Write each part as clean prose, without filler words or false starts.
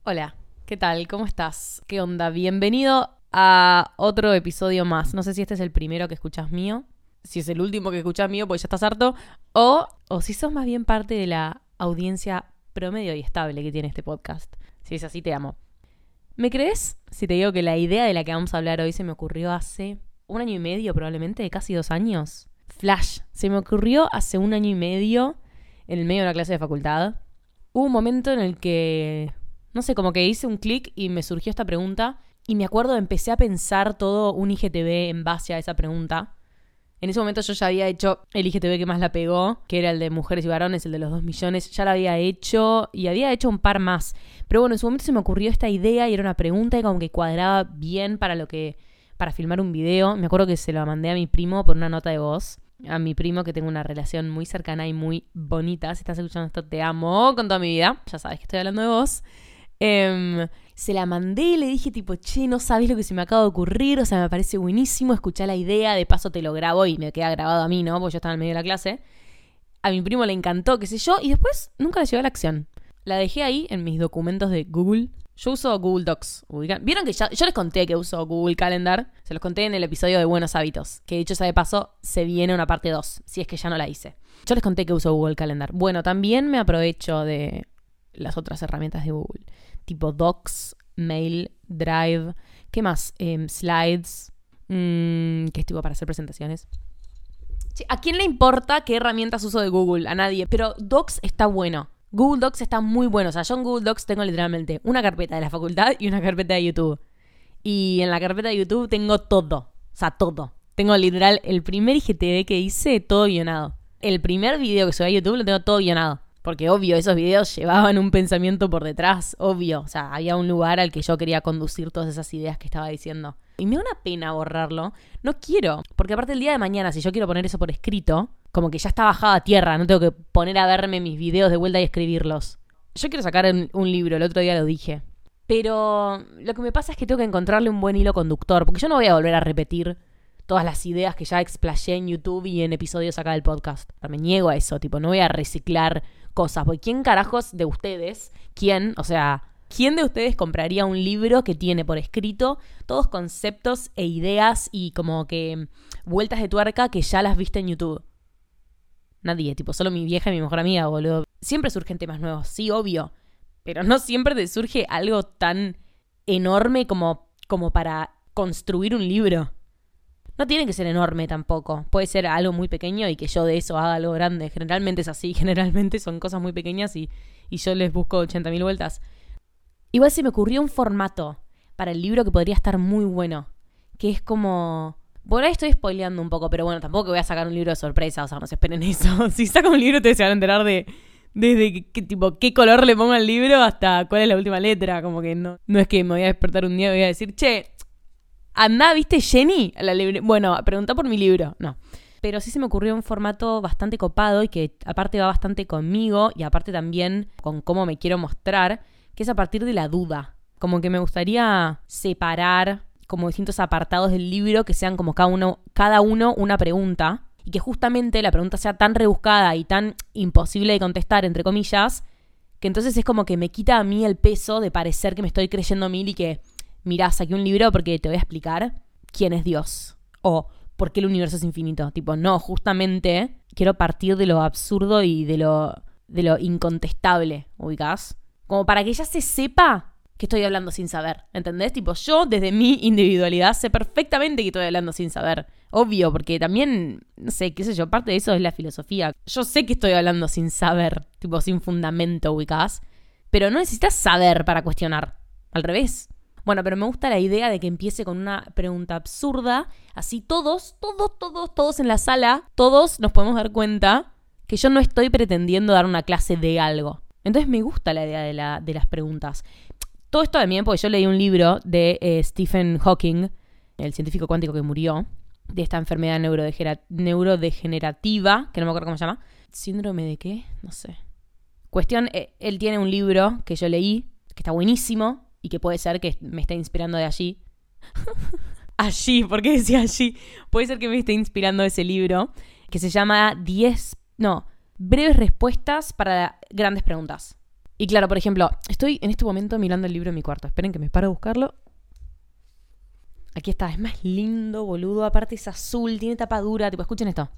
Hola, ¿qué tal? ¿Cómo estás? ¿Qué onda? Bienvenido a otro episodio más. No sé si este es el primero que escuchas mío, si es el último que escuchas mío porque ya estás harto, o si sos más bien parte de la audiencia promedio y estable que tiene este podcast. Si es así, te amo. ¿Me crees si te digo que la idea de la que vamos a hablar hoy se me ocurrió hace 1 año y medio, probablemente, casi 2 años? Flash, se me ocurrió hace 1 año y medio, en el medio de una clase de facultad. Hubo un momento en el que, no sé, como que hice un clic y me surgió esta pregunta. Y me acuerdo, empecé a pensar todo un IGTV en base a esa pregunta. En ese momento yo ya había hecho el IGTV que más la pegó, que era el de mujeres y varones, el de los 2 millones. Ya lo había hecho y había hecho un par más. Pero bueno, en su momento se me ocurrió esta idea y era una pregunta y como que cuadraba bien para filmar un video. Me acuerdo que se lo mandé a mi primo por una nota de voz. A mi primo, que tengo una relación muy cercana y muy bonita. Si estás escuchando esto, te amo con toda mi vida. Ya sabes que estoy hablando de vos. Se la mandé y le dije tipo, che, no sabés lo que se me acaba de ocurrir, o sea, me parece buenísimo, escuchá la idea, de paso te lo grabo y me queda grabado a mí, ¿no? Porque yo estaba en medio de la clase. A mi primo le encantó, qué sé yo, y después nunca la llevé a la acción. La dejé ahí en mis documentos de Google. Yo uso Google Docs. ¿Vieron que yo les conté que uso Google Calendar? Se los conté en el episodio de Buenos Hábitos, que dicho sea de paso, se viene una parte 2, si es que ya no la hice. Yo les conté que uso Google Calendar. Bueno, también me aprovecho de las otras herramientas de Google, tipo Docs, Mail, Drive, ¿qué más? Slides, que es tipo para hacer presentaciones. Sí, ¿a quién le importa qué herramientas uso de Google? A nadie, pero Docs está bueno. Google Docs está muy bueno. O sea, yo en Google Docs tengo literalmente una carpeta de la facultad y una carpeta de YouTube. Y en la carpeta de YouTube tengo todo. O sea, todo. Tengo literal el primer IGTV que hice, todo guionado. El primer video que subí a YouTube lo tengo todo guionado. Porque obvio, esos videos llevaban un pensamiento por detrás, obvio. O sea, había un lugar al que yo quería conducir todas esas ideas que estaba diciendo. Y me da una pena borrarlo. No quiero. Porque aparte el día de mañana, si yo quiero poner eso por escrito, como que ya está bajado a tierra. No tengo que poner a verme mis videos de vuelta y escribirlos. Yo quiero sacar un libro, el otro día lo dije. Pero lo que me pasa es que tengo que encontrarle un buen hilo conductor. Porque yo no voy a volver a repetir todas las ideas que ya explayé en YouTube y en episodios acá del podcast. Me niego a eso, tipo, no voy a reciclar cosas. Porque ¿quién carajos de ustedes, quién de ustedes compraría un libro que tiene por escrito todos conceptos e ideas y como que vueltas de tuerca que ya las viste en YouTube? Nadie, tipo, solo mi vieja y mi mejor amiga, boludo. Siempre surgen temas nuevos, sí, obvio. Pero no siempre te surge algo tan enorme como para construir un libro. No tiene que ser enorme tampoco. Puede ser algo muy pequeño y que yo de eso haga algo grande. Generalmente es así. Generalmente son cosas muy pequeñas y yo les busco 80.000 vueltas. Igual se me ocurrió un formato para el libro que podría estar muy bueno. Que es como... Bueno, ahí estoy spoileando un poco, pero bueno, tampoco voy a sacar un libro de sorpresa. O sea, no se esperen eso. Si saco un libro ustedes se van a enterar desde qué color le pongo al libro hasta cuál es la última letra. Como que no es que me voy a despertar un día y voy a decir, che... Andá, ¿viste Jenny? Bueno, preguntá por mi libro. No. Pero sí se me ocurrió un formato bastante copado y que aparte va bastante conmigo y aparte también con cómo me quiero mostrar, que es a partir de la duda. Como que me gustaría separar como distintos apartados del libro que sean como cada uno una pregunta y que justamente la pregunta sea tan rebuscada y tan imposible de contestar, entre comillas, que entonces es como que me quita a mí el peso de parecer que me estoy creyendo mil y que... Mirá, saqué un libro porque te voy a explicar quién es Dios. O por qué el universo es infinito. Tipo, no, justamente quiero partir de lo absurdo y de lo incontestable, ¿ubicás? Como para que ya se sepa que estoy hablando sin saber, ¿entendés? Tipo, yo desde mi individualidad sé perfectamente que estoy hablando sin saber. Obvio, porque también, no sé, qué sé yo, parte de eso es la filosofía. Yo sé que estoy hablando sin saber, tipo, sin fundamento, ¿ubicás? Pero no necesitas saber para cuestionar. Al revés. Bueno, pero me gusta la idea de que empiece con una pregunta absurda. Así todos en la sala, todos nos podemos dar cuenta que yo no estoy pretendiendo dar una clase de algo. Entonces me gusta la idea de las preguntas. Todo esto también porque yo leí un libro de Stephen Hawking, el científico cuántico que murió, de esta enfermedad neurodegenerativa, que no me acuerdo cómo se llama. ¿Síndrome de qué? No sé. Cuestión, él tiene un libro que yo leí, que está buenísimo, y que puede ser que me esté inspirando de allí. Allí, ¿por qué decía allí? Puede ser que me esté inspirando ese libro, que se llama breves respuestas para grandes preguntas. Y claro, por ejemplo, estoy en este momento mirando el libro en mi cuarto. Esperen que me paro a buscarlo. Aquí está, es más lindo, boludo. Aparte es azul, tiene tapa dura. Tipo, escuchen esto.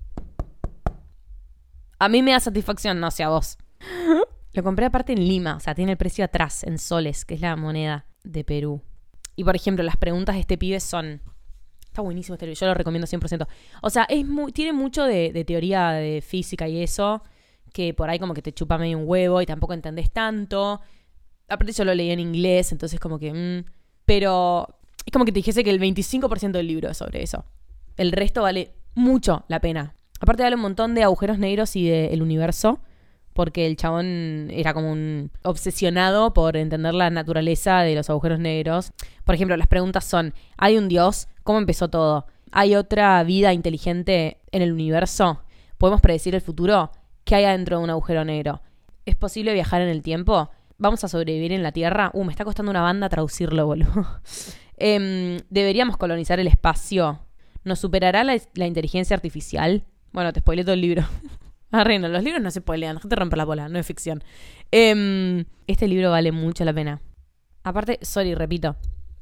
A mí me da satisfacción, no sé a vos. Lo compré aparte en Lima, o sea, tiene el precio atrás, en soles, que es la moneda de Perú. Y por ejemplo, las preguntas de este pibe son... Está buenísimo este libro, yo lo recomiendo 100%. O sea, tiene mucho de teoría de física y eso, que por ahí como que te chupa medio un huevo y tampoco entendés tanto. Aparte yo lo leí en inglés, entonces como que... Pero es como que te dijese que el 25% del libro es sobre eso. El resto vale mucho la pena. Aparte vale un montón de agujeros negros y del universo, porque el chabón era como un obsesionado por entender la naturaleza de los agujeros negros. Por ejemplo, las preguntas son, ¿hay un Dios? ¿Cómo empezó todo? ¿Hay otra vida inteligente en el universo? ¿Podemos predecir el futuro? ¿Qué hay adentro de un agujero negro? ¿Es posible viajar en el tiempo? ¿Vamos a sobrevivir en la Tierra? Me está costando una banda traducirlo, boludo. ¿Deberíamos colonizar el espacio? ¿Nos superará la inteligencia artificial? Bueno, te spoilé todo el libro. Reina, los libros no se spoilean, no te rompe la bola, no es ficción. Este libro vale mucho la pena. Aparte, repito.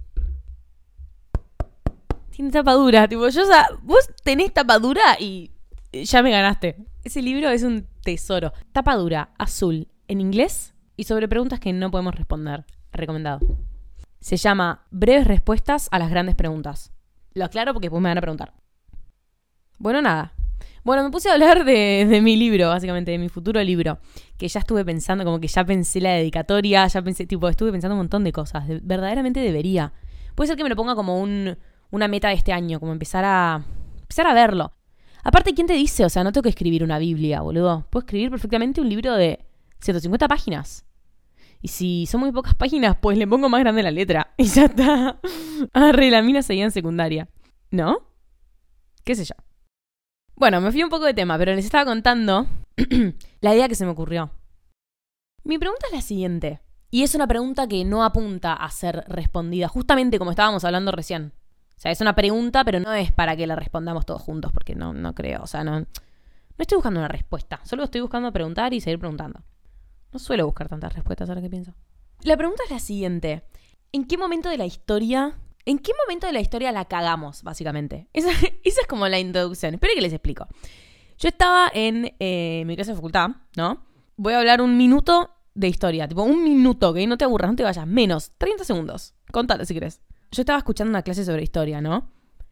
Tiene tapa dura, tipo, vos tenés tapa dura y ya me ganaste. Ese libro es un tesoro. Tapa dura, azul, en inglés y sobre preguntas que no podemos responder. Recomendado. Se llama Breves respuestas a las grandes preguntas. Lo aclaro porque después me van a preguntar. Bueno, nada. Bueno, me puse a hablar de mi libro, básicamente, de mi futuro libro. Que ya estuve pensando, como que ya pensé la dedicatoria, ya pensé, tipo, estuve pensando un montón de cosas. Verdaderamente debería. Puede ser que me lo ponga como una meta de este año, como empezar a verlo. Aparte, ¿quién te dice? O sea, no tengo que escribir una Biblia, boludo. Puedo escribir perfectamente un libro de 150 páginas. Y si son muy pocas páginas, pues le pongo más grande la letra. Y ya está. La mina seguía en secundaria. ¿No? ¿Qué sé yo? Bueno, me fui un poco de tema, pero les estaba contando la idea que se me ocurrió. Mi pregunta es la siguiente. Y es una pregunta que no apunta a ser respondida, justamente como estábamos hablando recién. O sea, es una pregunta, pero no es para que la respondamos todos juntos, porque no creo. O sea, no estoy buscando una respuesta. Solo estoy buscando preguntar y seguir preguntando. No suelo buscar tantas respuestas, ahora que pienso. La pregunta es la siguiente. ¿En qué momento de la historia la cagamos, básicamente? Esa es como la introducción. Espero que les explico. Yo estaba en mi clase de facultad, ¿no? Voy a hablar un minuto de historia. Tipo, un minuto, que no te aburras, no te vayas. Menos, 30 segundos. Contale si querés. Yo estaba escuchando una clase sobre historia, ¿no?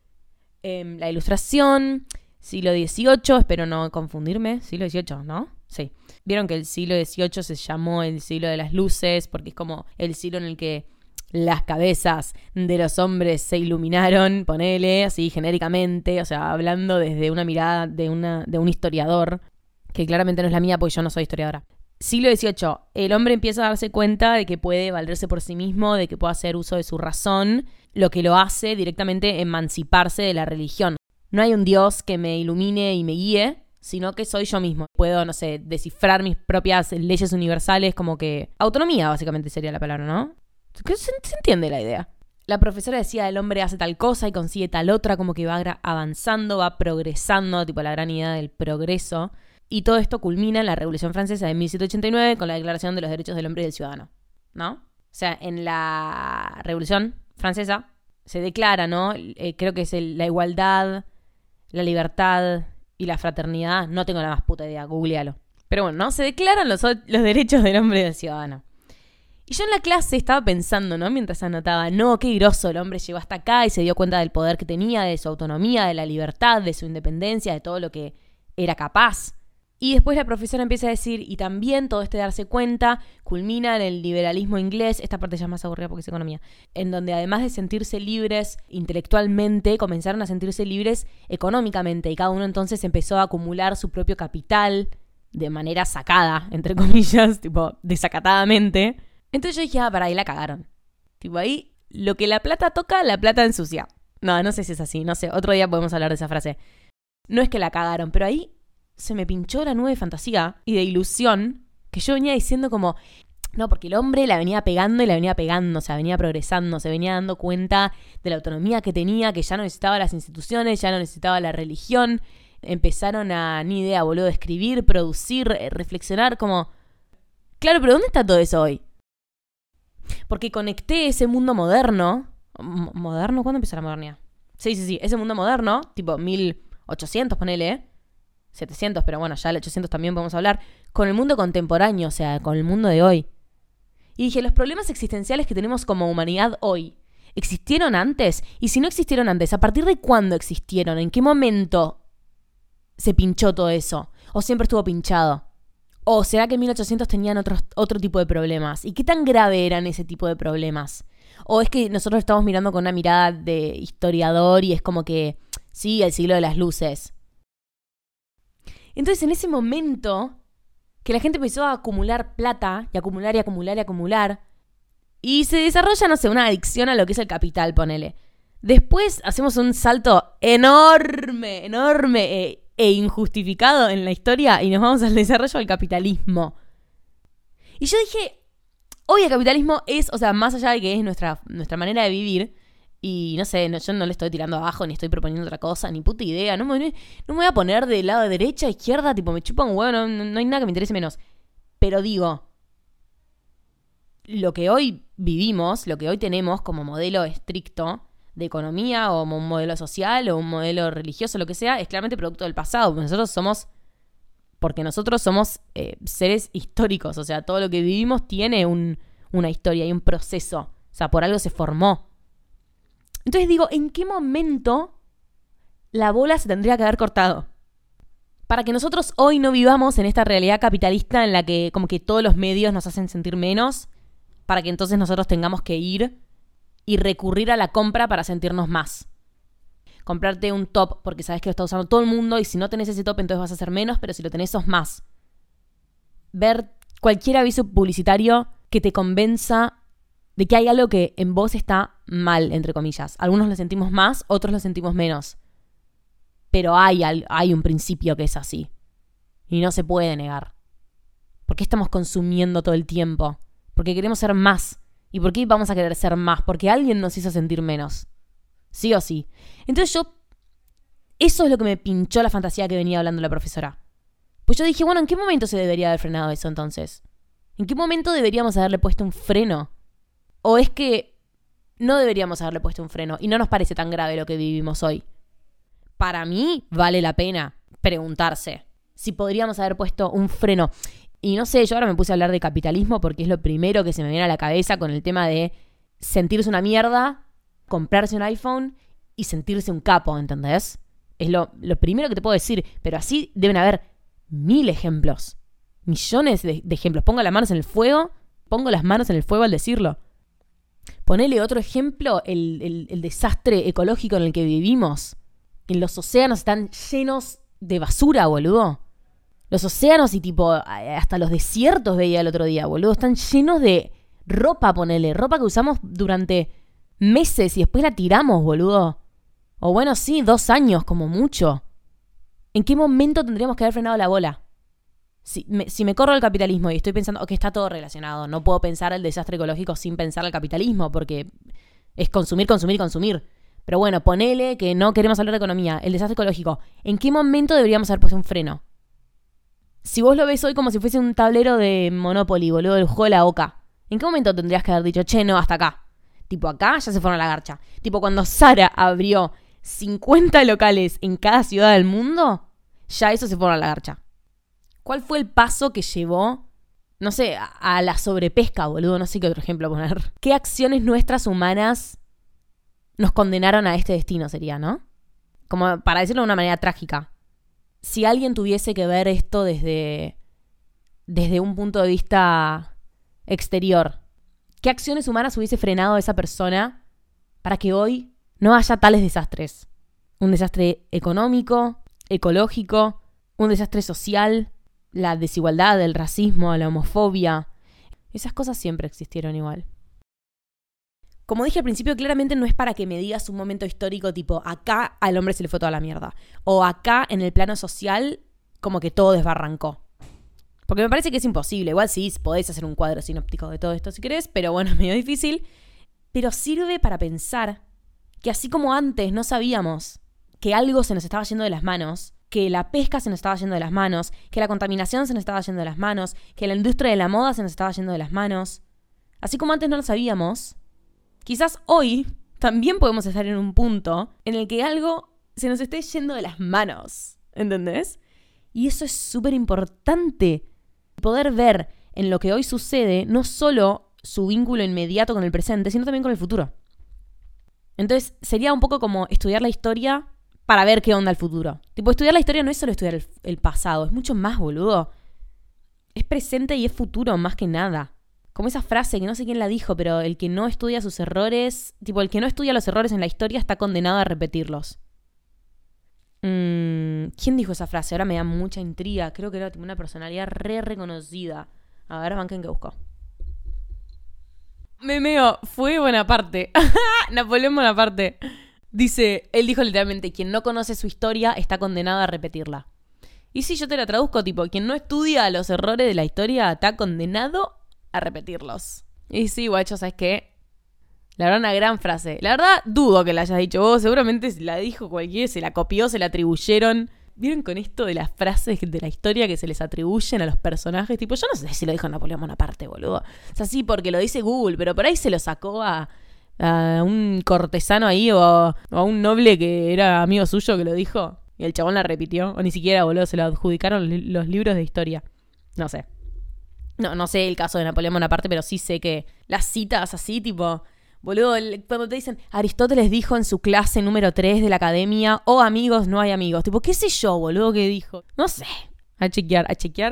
La Ilustración, siglo XVIII, espero no confundirme. Siglo XVIII, ¿no? Sí. Vieron que el siglo XVIII se llamó el siglo de las luces, porque es como el siglo en el que las cabezas de los hombres se iluminaron, ponele, así genéricamente, o sea, hablando desde una mirada de un historiador, que claramente no es la mía porque yo no soy historiadora. Siglo XVIII, el hombre empieza a darse cuenta de que puede valerse por sí mismo, de que puede hacer uso de su razón, lo que lo hace directamente emanciparse de la religión. No hay un Dios que me ilumine y me guíe, sino que soy yo mismo. Puedo, no sé, descifrar mis propias leyes universales, como que... Autonomía, básicamente, sería la palabra, ¿no? Se entiende la idea. La profesora decía, el hombre hace tal cosa y consigue tal otra, como que va avanzando, va progresando, tipo la gran idea del progreso. Y todo esto culmina en la Revolución Francesa de 1789 con la Declaración de los Derechos del Hombre y del Ciudadano, ¿no? O sea, en la Revolución Francesa se declara, ¿no? Creo que es la igualdad, la libertad y la fraternidad. No tengo la más puta idea, googlealo. Pero bueno, ¿no? Se declaran los derechos del hombre y del ciudadano. Y yo en la clase estaba pensando, ¿no? Mientras anotaba, no, qué groso, el hombre llegó hasta acá y se dio cuenta del poder que tenía, de su autonomía, de la libertad, de su independencia, de todo lo que era capaz. Y después la profesora empieza a decir, y también todo este darse cuenta culmina en el liberalismo inglés, esta parte ya es más aburrida porque es economía, en donde además de sentirse libres intelectualmente, comenzaron a sentirse libres económicamente, y cada uno entonces empezó a acumular su propio capital de manera sacada, entre comillas, tipo desacatadamente. Entonces yo dije, para ahí la cagaron. Tipo ahí, lo que la plata toca, la plata ensucia. No sé si es así, no sé, otro día podemos hablar de esa frase. No es que la cagaron, pero ahí se me pinchó la nube de fantasía y de ilusión que yo venía diciendo como, no, porque el hombre la venía pegando y la venía pegando, o sea, venía progresando, se venía dando cuenta de la autonomía que tenía, que ya no necesitaba las instituciones, ya no necesitaba la religión. Empezaron a, ni idea, boludo, escribir, producir, reflexionar como... Claro, pero ¿dónde está todo eso hoy? Porque conecté ese mundo moderno. ¿Moderno? ¿Cuándo empezó la modernidad? Sí. Ese mundo moderno, tipo 1800, ponele. 700, pero bueno, ya el 800 también podemos hablar. Con el mundo contemporáneo, o sea, con el mundo de hoy. Y dije, los problemas existenciales que tenemos como humanidad hoy, ¿existieron antes? Y si no existieron antes, ¿a partir de cuándo existieron? ¿En qué momento se pinchó todo eso? ¿O siempre estuvo pinchado? ¿O será que en 1800 tenían otro tipo de problemas? ¿Y qué tan grave eran ese tipo de problemas? ¿O es que nosotros estamos mirando con una mirada de historiador y es como que, sí, el siglo de las luces? Entonces, en ese momento que la gente empezó a acumular plata y acumular y acumular y acumular, y se desarrolla, no sé, una adicción a lo que es el capital, ponele. Después hacemos un salto enorme e injustificado en la historia y nos vamos al desarrollo del capitalismo. Y yo dije, hoy el capitalismo es, o sea, más allá de que es nuestra manera de vivir, y no sé, yo no le estoy tirando abajo, ni estoy proponiendo otra cosa, ni puta idea, no me voy a poner del lado de derecha, izquierda, tipo me chupa un huevo, no hay nada que me interese menos. Pero digo, lo que hoy vivimos, lo que hoy tenemos como modelo estricto de economía o un modelo social o un modelo religioso, lo que sea, es claramente producto del pasado. Porque nosotros somos seres históricos, o sea, todo lo que vivimos tiene una historia y un proceso, o sea, por algo se formó. Entonces digo, ¿en qué momento la bola se tendría que haber cortado? Para que nosotros hoy no vivamos en esta realidad capitalista en la que como que todos los medios nos hacen sentir menos, para que entonces nosotros tengamos que ir y recurrir a la compra para sentirnos más. Comprarte un top porque sabes que lo está usando todo el mundo y si no tenés ese top entonces vas a ser menos, pero si lo tenés sos más. Ver cualquier aviso publicitario que te convenza de que hay algo que en vos está mal, entre comillas. Algunos lo sentimos más, otros lo sentimos menos. Pero hay un principio que es así. Y no se puede negar. ¿Por qué estamos consumiendo todo el tiempo? Porque queremos ser más. ¿Y por qué vamos a querer ser más? Porque alguien nos hizo sentir menos. Sí o sí. Entonces eso es lo que me pinchó la fantasía que venía hablando la profesora. Pues yo dije, bueno, ¿en qué momento se debería haber frenado eso entonces? ¿En qué momento deberíamos haberle puesto un freno? ¿O es que no deberíamos haberle puesto un freno y no nos parece tan grave lo que vivimos hoy? Para mí vale la pena preguntarse si podríamos haber puesto un freno. Y no sé, yo ahora me puse a hablar de capitalismo porque es lo primero que se me viene a la cabeza con el tema de sentirse una mierda, comprarse un iPhone y sentirse un capo, ¿entendés? Es lo primero que te puedo decir, pero así deben haber 1000 ejemplos, millones de ejemplos. Pongo las manos en el fuego al decirlo. Ponele otro ejemplo, el desastre ecológico en el que vivimos. En los océanos están llenos de basura, boludo. Los océanos y tipo hasta los desiertos veía el otro día, boludo. Están llenos de ropa, ponele. Ropa que usamos durante meses y después la tiramos, boludo. O bueno, sí, 2 años como mucho. ¿En qué momento tendríamos que haber frenado la bola? Si me corro el capitalismo y estoy pensando, ok, está todo relacionado. No puedo pensar el desastre ecológico sin pensar el capitalismo porque es consumir. Pero bueno, ponele que no queremos hablar de economía. El desastre ecológico. ¿En qué momento deberíamos haber puesto un freno? Si vos lo ves hoy como si fuese un tablero de Monopoly, boludo, del juego de la Oca, ¿en qué momento tendrías que haber dicho, che, no, hasta acá? Tipo, acá ya se fueron a la garcha. Tipo, cuando Zara abrió 50 locales en cada ciudad del mundo, ya eso se fueron a la garcha. ¿Cuál fue el paso que llevó, no sé, a la sobrepesca, boludo? No sé qué otro ejemplo poner. ¿Qué acciones nuestras humanas nos condenaron a este destino sería, ¿no? Como para decirlo de una manera trágica. Si alguien tuviese que ver esto desde un punto de vista exterior, ¿qué acciones humanas hubiese frenado a esa persona para que hoy no haya tales desastres? Un desastre económico, ecológico, un desastre social, la desigualdad, el racismo, la homofobia. Esas cosas siempre existieron igual. Como dije al principio, claramente no es para que me digas un momento histórico tipo acá al hombre se le fue toda la mierda. O acá en el plano social como que todo desbarrancó. Porque me parece que es imposible. Igual sí, podés hacer un cuadro sinóptico de todo esto si querés, pero bueno, es medio difícil. Pero sirve para pensar que así como antes no sabíamos que algo se nos estaba yendo de las manos, que la pesca se nos estaba yendo de las manos, que la contaminación se nos estaba yendo de las manos, que la industria de la moda se nos estaba yendo de las manos. Así como antes no lo sabíamos, quizás hoy también podemos estar en un punto en el que algo se nos esté yendo de las manos, ¿entendés? Y eso es súper importante, poder ver en lo que hoy sucede no solo su vínculo inmediato con el presente, sino también con el futuro. Entonces sería un poco como estudiar la historia para ver qué onda el futuro. Tipo, estudiar la historia no es solo estudiar el pasado, es mucho más, boludo. Es presente y es futuro más que nada. Como esa frase que no sé quién la dijo, pero el que no estudia sus errores, tipo, el que no estudia los errores en la historia está condenado a repetirlos. ¿Quién dijo esa frase? Ahora me da mucha intriga. Creo que era tipo una personalidad reconocida. A ver, banquen que busco. Memeo, fue Bonaparte. Napoleón Bonaparte. Dice, él dijo literalmente, quien no conoce su historia está condenado a repetirla. Y si yo te la traduzco, tipo, quien no estudia los errores de la historia está condenado a repetirlos. Y sí, guacho, ¿sabes qué? La verdad, una gran frase. La verdad, dudo que la hayas dicho vos. Seguramente la dijo cualquiera, se la copió, se la atribuyeron. ¿Vieron con esto de las frases de la historia que se les atribuyen a los personajes? Tipo, yo no sé si lo dijo Napoleón Bonaparte, boludo. O sea, sí, porque lo dice Google, pero por ahí se lo sacó a un cortesano ahí o a un noble que era amigo suyo que lo dijo. Y el chabón la repitió. O ni siquiera, boludo, se lo adjudicaron los libros de historia. No sé. No sé el caso de Napoleón Bonaparte, pero sí sé que las citas así, tipo... Boludo, cuando te dicen Aristóteles dijo en su clase número 3 de la academia, amigos, no hay amigos. Tipo, ¿qué sé yo, boludo, qué dijo? No sé. A chequear.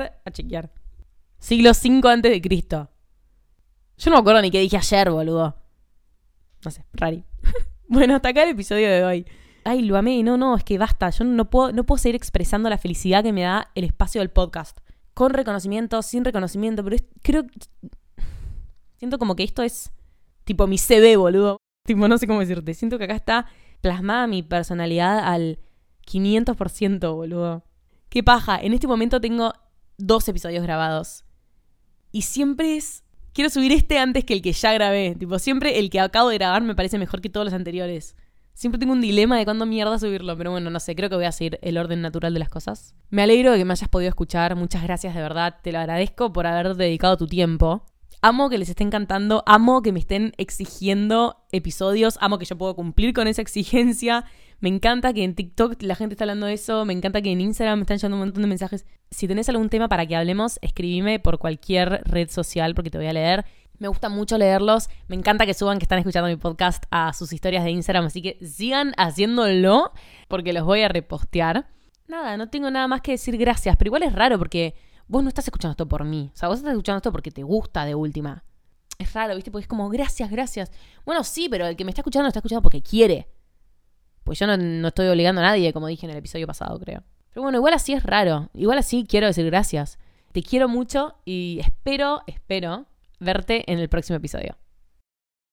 Siglo V antes de Cristo. Yo no me acuerdo ni qué dije ayer, boludo. No sé, rari. Bueno, hasta acá el episodio de hoy. Ay, lo amé. No, es que basta. Yo no puedo seguir expresando la felicidad que me da el espacio del podcast. Con reconocimiento, sin reconocimiento, pero siento como que esto es... tipo mi CV, boludo. Tipo, no sé cómo decirte. Siento que acá está plasmada mi personalidad al 500%, boludo. Qué paja. En este momento tengo 2 episodios grabados. Y siempre quiero subir este antes que el que ya grabé. Tipo, siempre el que acabo de grabar me parece mejor que todos los anteriores. Siempre tengo un dilema de cuándo mierda subirlo. Pero bueno, no sé. Creo que voy a seguir el orden natural de las cosas. Me alegro de que me hayas podido escuchar. Muchas gracias, de verdad. Te lo agradezco por haber dedicado tu tiempo. Amo que les esté encantando, amo que me estén exigiendo episodios, amo que yo puedo cumplir con esa exigencia. Me encanta que en TikTok la gente está hablando de eso, me encanta que en Instagram me están llegando un montón de mensajes. Si tenés algún tema para que hablemos, escribime por cualquier red social porque te voy a leer. Me gusta mucho leerlos, me encanta que suban que están escuchando mi podcast a sus historias de Instagram, así que sigan haciéndolo porque los voy a repostear. Nada, no tengo nada más que decir gracias, pero igual es raro porque... vos no estás escuchando esto por mí. O sea, vos estás escuchando esto porque te gusta de última. Es raro, ¿viste? Porque es como, gracias. Bueno, sí, pero el que me está escuchando lo está escuchando porque quiere. Pues yo no estoy obligando a nadie, como dije en el episodio pasado, creo. Pero bueno, igual así es raro. Igual así quiero decir gracias. Te quiero mucho y espero verte en el próximo episodio.